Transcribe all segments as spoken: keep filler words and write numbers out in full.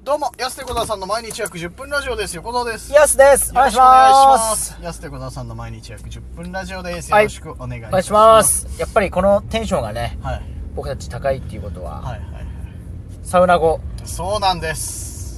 どうも、安手小沢さんの毎日約じゅっぷんラジオです。横澤です。 安です。お願いします。 安手小沢さんの毎日約じゅっぷんラジオです。よろしくお願いします。 お願いします。やっぱりこのテンションがね、 はい、 僕たち高いっていうことは、 はいはいはい、 サウナ後。 そうなんです。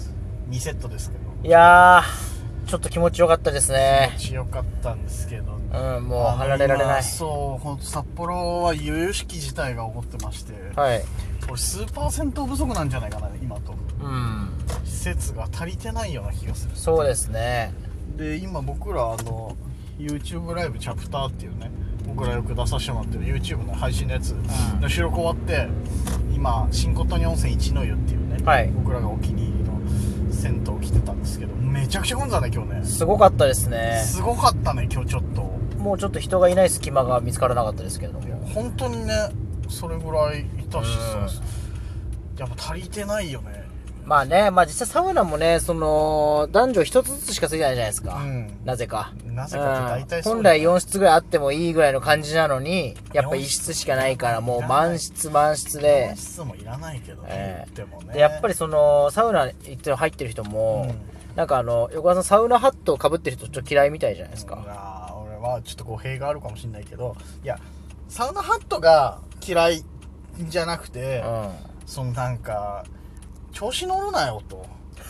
にセットですけど。 いやー、ちょっと気持ちよかったですね。 気持ちよかったんですけど、 うん、もう離れられない。 そう、ほんと札幌は由々しき事態が起こってまして、 はい。 これ数パーセント不足なんじゃないかな、今と。 うん。 施設が足りてないような気がする。 そうですね。 で、今僕らあの YouTube ライブチャプターっていうね、僕らよく出させてもらってる YouTube の配信のやつの収録終わって、今新琴似温泉一の湯っていうね、はい、僕らがお気に入りの銭湯来てたんですけど、めちゃくちゃ混んだね今日ね。 すごかったですね。すごかったね今日。ちょっともうちょっと人がいない隙間が見つからなかったですけれども、 本当にね、それぐらいいたしさ、やっぱ足りてないよね。 まあね、まあ実際サウナもね、その男女一つずつしかついてないじゃないですか、うん、なぜかなぜかって大体そう、 うん、本来よん室ぐらいあってもいいぐらいの感じなのに、やっぱいち室しかないからもう満室満室で、 満室もいらないけどね、えー、でもね。 でやっぱりそのサウナ行ってる入ってる人も、うん、なんかあの横川さんサウナハットをかぶってる人ちょっと嫌いみたいじゃないですか。 うん、あ俺はちょっと語弊があるかもしれないけど、いやサウナハットが嫌いじゃなくて、うん、そのなんか調子乗るなよと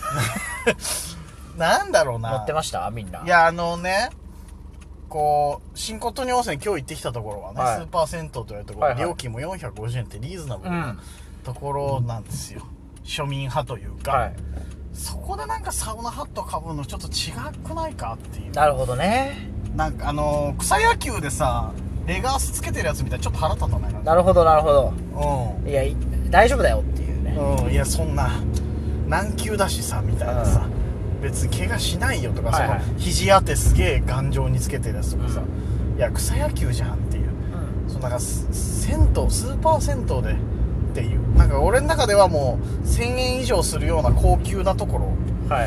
なんだろうな。 乗ってましたみんな。 いやあのね、こう新琴似温泉今日行ってきたところはね、はい、スーパー銭湯というところ、はいはい、料金もよんひゃくごじゅうえんってリーズナブルなところなんですよ、うん、庶民派というか、はい、そこでなんかサウナハットかぶるのちょっと違くないかっていう。 なるほどね。 なんかあのー、草野球でさレガースつけてるやつみたいにちょっと腹立たないな。 なるほどなるほど、うん、いや大丈夫だよっていうね、 うん、いやそんな軟球だしさみたいなさ、うん、別に怪我しないよとか、はいはい、その肘当てすげえ頑丈につけてるやつとかさ、うん、いや草野球じゃんっていう、うん、そのなんか銭湯スーパー銭湯でっていうなんか俺の中ではもうせんえん以上するような高級なところ、はい、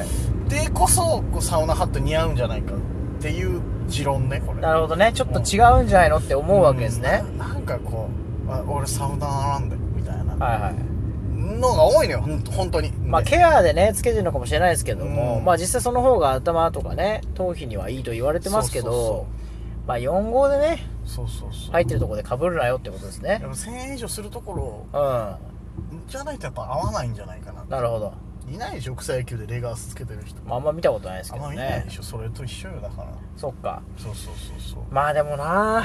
でこそこうサウナハット似合うんじゃないかっていう持論ねこれ。 なるほどね。ちょっと違うんじゃないのって思うわけですね、 うん、な, なんかこうあ俺サウナーなんだよみたいな、 はいはいのが多いのよ本当に。 まあケアでねつけてるのかもしれないですけども、うん、まあ実際その方が頭とかね頭皮にはいいと言われてますけど、そうそうそう、まあよん号でねそうそうそう入ってるところで被るなよってことですね。 やっぱせんえん以上するところ、うん、じゃないとやっぱ合わないんじゃないかな。 なるほど。いないでしょ草野球でレガースつけてる人、 まあ、あんま見たことないですけどね。 あんま見ないでしょ。それと一緒よだから。 そっか。 そうそうそうそう。 まあでもな、うん、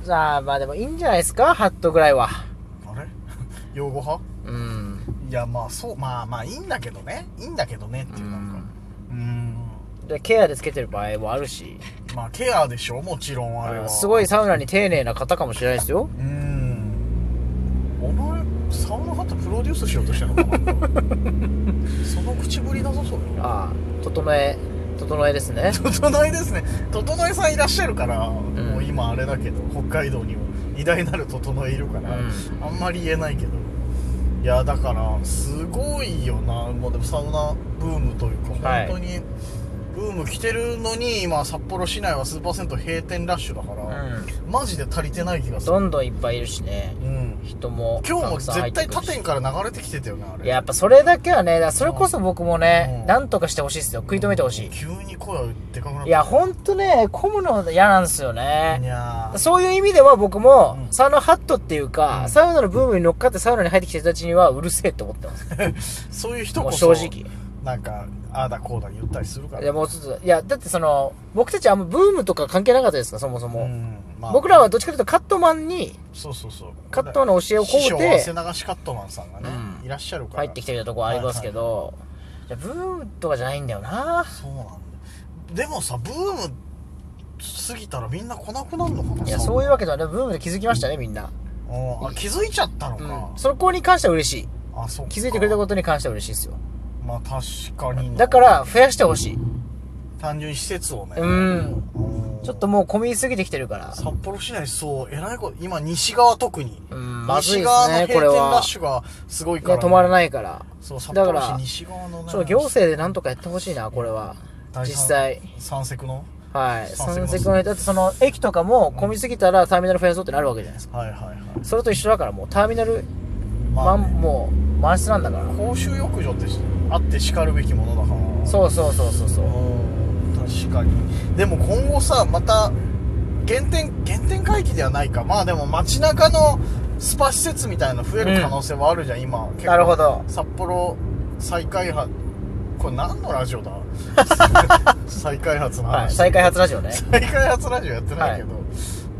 じゃあまあでもいいんじゃないですかハットぐらいは。 あれ用語派。 うん。 いやまあそうまあまあいいんだけどねいいんだけどねっていう、なんかうーんでケアでつけてる場合もあるし、 まあケアでしょもちろんあれは、うん、 すごいサウナに丁寧な方かもしれないですよ。 うーんお前サウナハットプロデュースしようとしてるのかなその口ぶりだぞそれ。 ああ整え整えですね整えですね。整えさんいらっしゃるから、うん、もう今あれだけど北海道にも偉大なる整えいるから、うん、あんまり言えないけど、いやだからすごいよな。もうでもサウナブームというか、はい、本当にブーム来てるのに今札幌市内は数パーセント閉店ラッシュだから、うん、マジで足りてない気がする。 どんどんいっぱいいるしね、うん、人も今日も絶対他店から流れてきてたよねあれ。 いや、やっぱそれだけはね、だからそれこそ僕もね、うん、なんとかしてほしいですよ。食い止めてほしい。 急に声がでかくなった。 いやほんとね混むの嫌なんですよね。いやそういう意味では僕も、うん、サウナハットっていうか、うん、サウナのブームに乗っかってサウナに入ってきた人たちにはうるせえって思ってますそういう人こそ正直なんかああだこうだ言ったりするから。 いやもうちょっといやだってその僕たちはあんまブームとか関係なかったですかそもそも、うんまあ、僕らはどっちかというとカットマンにそうそうそうカットマンの教えをこうて師匠は瀬流しカットマンさんがね、うん、いらっしゃるから入ってきてるところありますけど、はいはい、いやブームとかじゃないんだよな。 そうなんだ。でもさブーム過ぎたらみんな来なくなるのかな。 いやそういうわけではね、ブームで気づきましたねみんな。 あ気づいちゃったのか、 うん、そこに関しては嬉しい。 あそう気づいてくれたことに関しては嬉しいですよ。 まあ確かにだから増やしてほしい。 単純に施設をね。 うんちょっともう混みすぎてきてるから。 札幌市内そうえらいこと今西側特に、 うん、まずいですね、 西側の閉店ラッシュがすごいから、ね、 止まらないから。 そう札幌市西側のねそう行政でなんとかやってほしいなこれは。実際三石のはい三石のだってその駅とかも混みすぎたらターミナル増やそうってなるわけじゃないですか。 はいはいはい。 それと一緒だからもうターミナルまあ、ね、 ま、もう満室なんだから公衆浴場ってあってしかるべきものだから。 そうそうそうそうそう、 確かに。でも今後さまた原点原点回帰ではないか、まあでも街中のスパ施設みたいなの増える可能性はあるじゃん、うん、今結構なるほど。 札幌再開発、これ何のラジオだ再開発の話、 はい、再開発ラジオね再開発ラジオやってないけど、はい、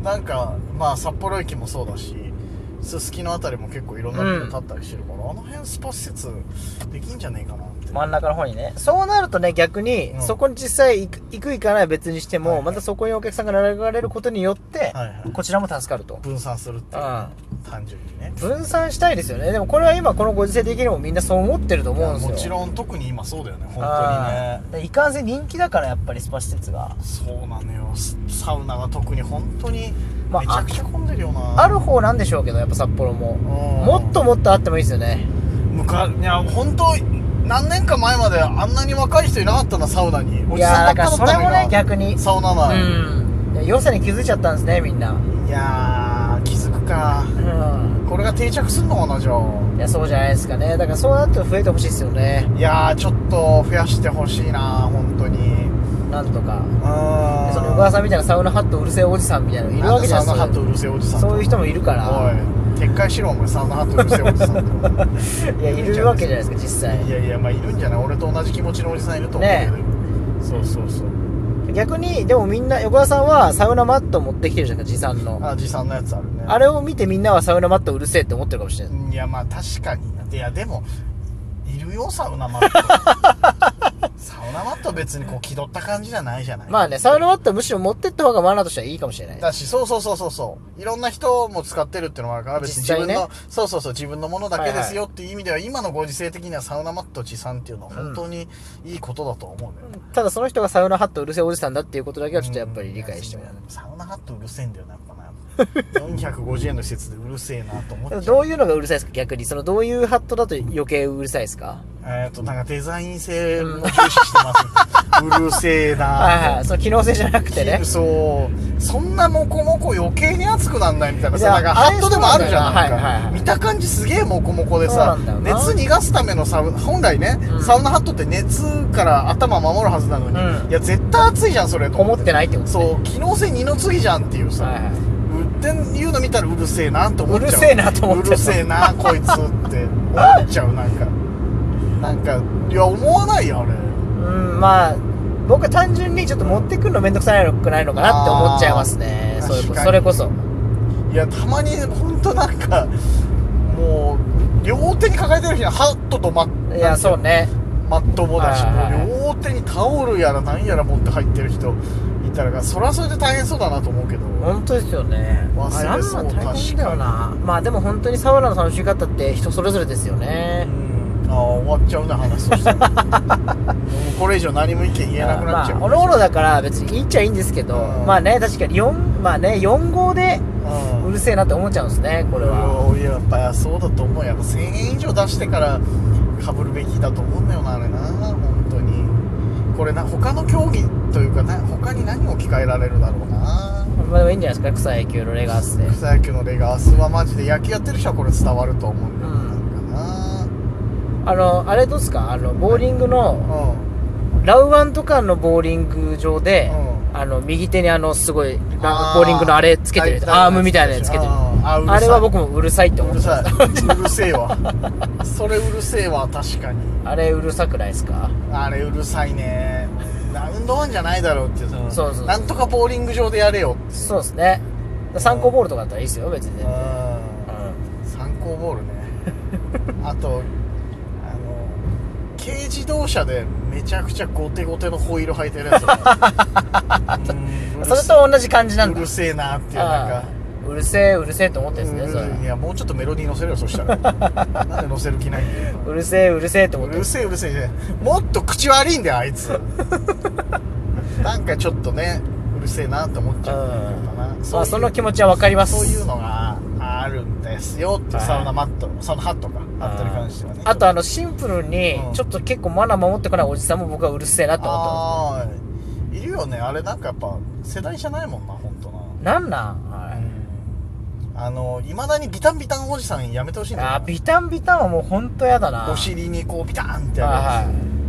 なんかまあ札幌駅もそうだしすすきのあたりも結構いろんな人立ったりしてるから、うん、あの辺スパ施設できんじゃねえかなって。 真ん中の方にね。そうなるとね逆に、うん、そこに実際行く行く行かないは別にしても、はいはい、またそこにお客さんが並ばれることによって、はいはい、こちらも助かると。 分散するっていう、うん、単純にね分散したいですよね。でもこれは今このご時世的にもみんなそう思ってると思うんですよ。 もちろん特に今そうだよね本当にね。 いかんせん人気だからやっぱりスパ施設が。 そうなのよ。サウナが特に本当にめちゃくちゃ混んでるよな、まあ、ある方なんでしょうけどやっぱ札幌ももっともっとあってもいいですよね。 むかいや本当何年か前まであんなに若い人いなかったなサウナに。 いやだからそれもね逆にサウナ内、 うん、良さに気づいちゃったんですねみんな。 いやー気づくか、うん、これが定着すんのかなじゃあ。 いやそうじゃないですかね。だからそうなって増えてほしいですよね。 いやーちょっと増やしてほしいな本当に。 なんとかその小川さんみたいなサウナハットうるせえおじさんみたいなのいるわけじゃないですか。 サウナハットうるせえおじさんそういう人もいるから。 おい撤回しろお前サウナハットうるせえおじさんいやいるわけじゃないですか実際。 いやいやまあいるんじゃない。俺と同じ気持ちのおじさんいると思うけど、ね、そうそうそう。 逆にでもみんな横田さんはサウナマット持ってきてるじゃないですか持参の。 あ持参のやつあるね。 あれを見てみんなはサウナマットうるせえって思ってるかもしれない。 いやまあ確かに。いやでもいるよサウナマットサウナマット別にこう気取った感じじゃないじゃない。 まあねサウナマットはむしろ持ってった方がマナーとしてはいいかもしれないだし。そうそうそうそうそういろんな人も使ってるっていうのもあるから別に自分の、ね、そうそうそう自分のものだけですよっていう意味では、はいはい、今のご時世的にはサウナマット持参っていうのは本当にいいことだと思うんだよね、 うん、ただその人がサウナハットうるせえおじさんだっていうことだけはちょっとやっぱり理解してもらう、 うん、サウナハットうるせえんだよなやっぱなよんひゃくごじゅうえんの施設でうるせえなと思っちゃう。 どういうのがうるさいですか逆に。そのどういうハットだと余計うるさいですか。 えっとなんかデザイン性の重視してます、ね、うるせえなはいはい。その機能性じゃなくてね。 そうそんなモコモコ余計に熱くなんないみたいなさ。なんかハットでもあるじゃん。なんか、はいはいはい、見た感じすげえモコモコでさ熱逃がすためのサウ本来ね、うん、サウナハットって熱から頭守るはずなのに、うん、いや絶対熱いじゃんそれと思ってないってこと、ね、 そう機能性二の次じゃんっていうさ、はいはい、っていうの見たらうるせえなと思っちゃう。 うるせえなと思っちゃう。 うるせえなこいつって思っちゃう。なんかなんかいや思わないよあれ。 うんまあ僕は単純にちょっと持ってくるのめんどくさいのくないのかなって思っちゃいますね。それこそそれこそいやたまに本当なんかもう両手に抱えてる人はハットとマッいやそうねマットもだし、両手にタオルやら何やら持って入ってる人いたらそれはそれで大変そうだなと思うけど。 本当ですよね。 忘れそう。 大変だよな。まあでも本当にサウナの楽しみ方って人それぞれですよね。 うんああ終わっちゃうね話としてもうこれ以上何も意見言えなくなっちゃう。 まあおのおのだから別にいいっちゃいいんですけど、うん、まあね確かによんまあねよん号でうるせえなって思っちゃうんですねこれは。 いややっぱそうだと思う。やっぱせんえん以上出してからかぶるべきだと思うんだよなあれな本当に。これな他の競技というかな他に何を置き換えられるだろうな。 まあでもいいんじゃないですか草野球のレガースで。 草野球のレガースはマジで野球やってる人はこれ伝わると思うんだよ、うん、なんかなあのあれどうですかあのボーリングの、うん、ラウワンとかのボーリング場で、うん、あの右手にあのすごいボーリングのあれつけてるアームみたいなやつつけてる あ, あ, あれは僕もうるさいって思ってました。 うるせえわそれうるせえわ確かに。 あれうるさくないですか。 あれうるさいね。ラウンドワンじゃないだろうっていうそのそうそうなんとかボーリング場でやれよって。 そうですね。参考ボールとかだったらいいですよ別に全然。 参考ボールねあとあの軽自動車でめちゃくちゃゴテゴテのホイール履いてるやつうんそれと同じ感じなんだ。 うるせえなっていうなんかうるせえうるせえと思ってるんですねそれ。 いやもうちょっとメロディー乗せるよそしたらなんで乗せる気ないんだよ。 うるせえうるせえと思ってる。 うるせえうるせえもっと口悪いんだよあいつなんかちょっとねうるせえなって思っちゃうのかな。 まあその気持ちは分かります。 そういうのがあるんですよって、はい、サウナマットサウナハットかハットに関してはね。 あとあのシンプルにちょっと結構マナー守ってこないおじさんも僕はうるせえなって思ったんです。 あいるよねあれなんかやっぱ世代じゃないもんな本当な。 なんなん、はい、 うん、 あのいまだにビタンビタンおじさんやめてほしいんだよ。 あビタンビタンはもうほんとやだな。 お尻にこうビタンってやる、 はいはい、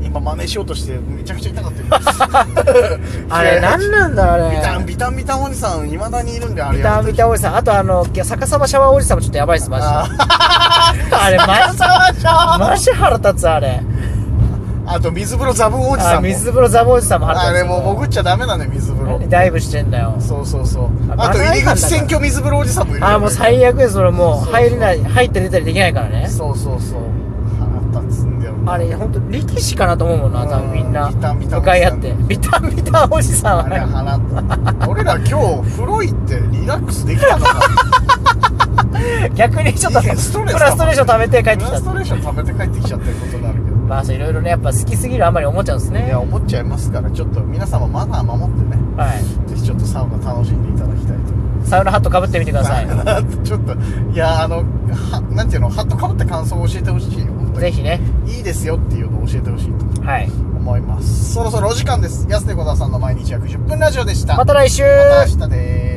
今真似しようとしてめちゃくちゃ痛かったよあれ何なんだろうね。 ビタンビタンビタンおじさんいまだにいるんで、あれビタンビタンおじさん、あとあの逆さまシャワーおじさんもちょっとやばいっすマジで。あれマジマジ腹立つあれ。 あと水風呂ザブおじさんも、 水風呂ザブおじさんも腹立つ。 あれもう潜っちゃダメなのよ水風呂。 何ダイブしてんだよ。 そうそうそう。あと入り口選挙水風呂おじさんもいる。 あもう最悪です。それもう入れない入ったり出たりできないからね。 そうそうそう腹立つんだよ。 あれ本当力士かなと思うもんな多分みんなビタンビタン向かい合ってビタンビタンおじさんはあれ腹立つ。俺ら今日風呂行ってリラックスできたのか逆にちょっとフラストレーション溜めて帰ってきた。 フラストレーション溜めて帰ってきちゃってることになるけど、 まあそういろいろねやっぱ好きすぎるあんまり思っちゃうんですね。 いや思っちゃいますから、ちょっと皆様マナー守ってね、 はい、 ぜひちょっとサウナ楽しんでいただきたいと。 サウナハットかぶってみてください。 ちょっといやあのはなんていうの、ハットかぶって感想を教えてほしいよ。本当にぜひねいいですよっていうのを教えてほしいとはい思います。そろそろお時間です。安手小沢さんの毎日約じゅっぷんラジオでした。 また来週。 また明日です。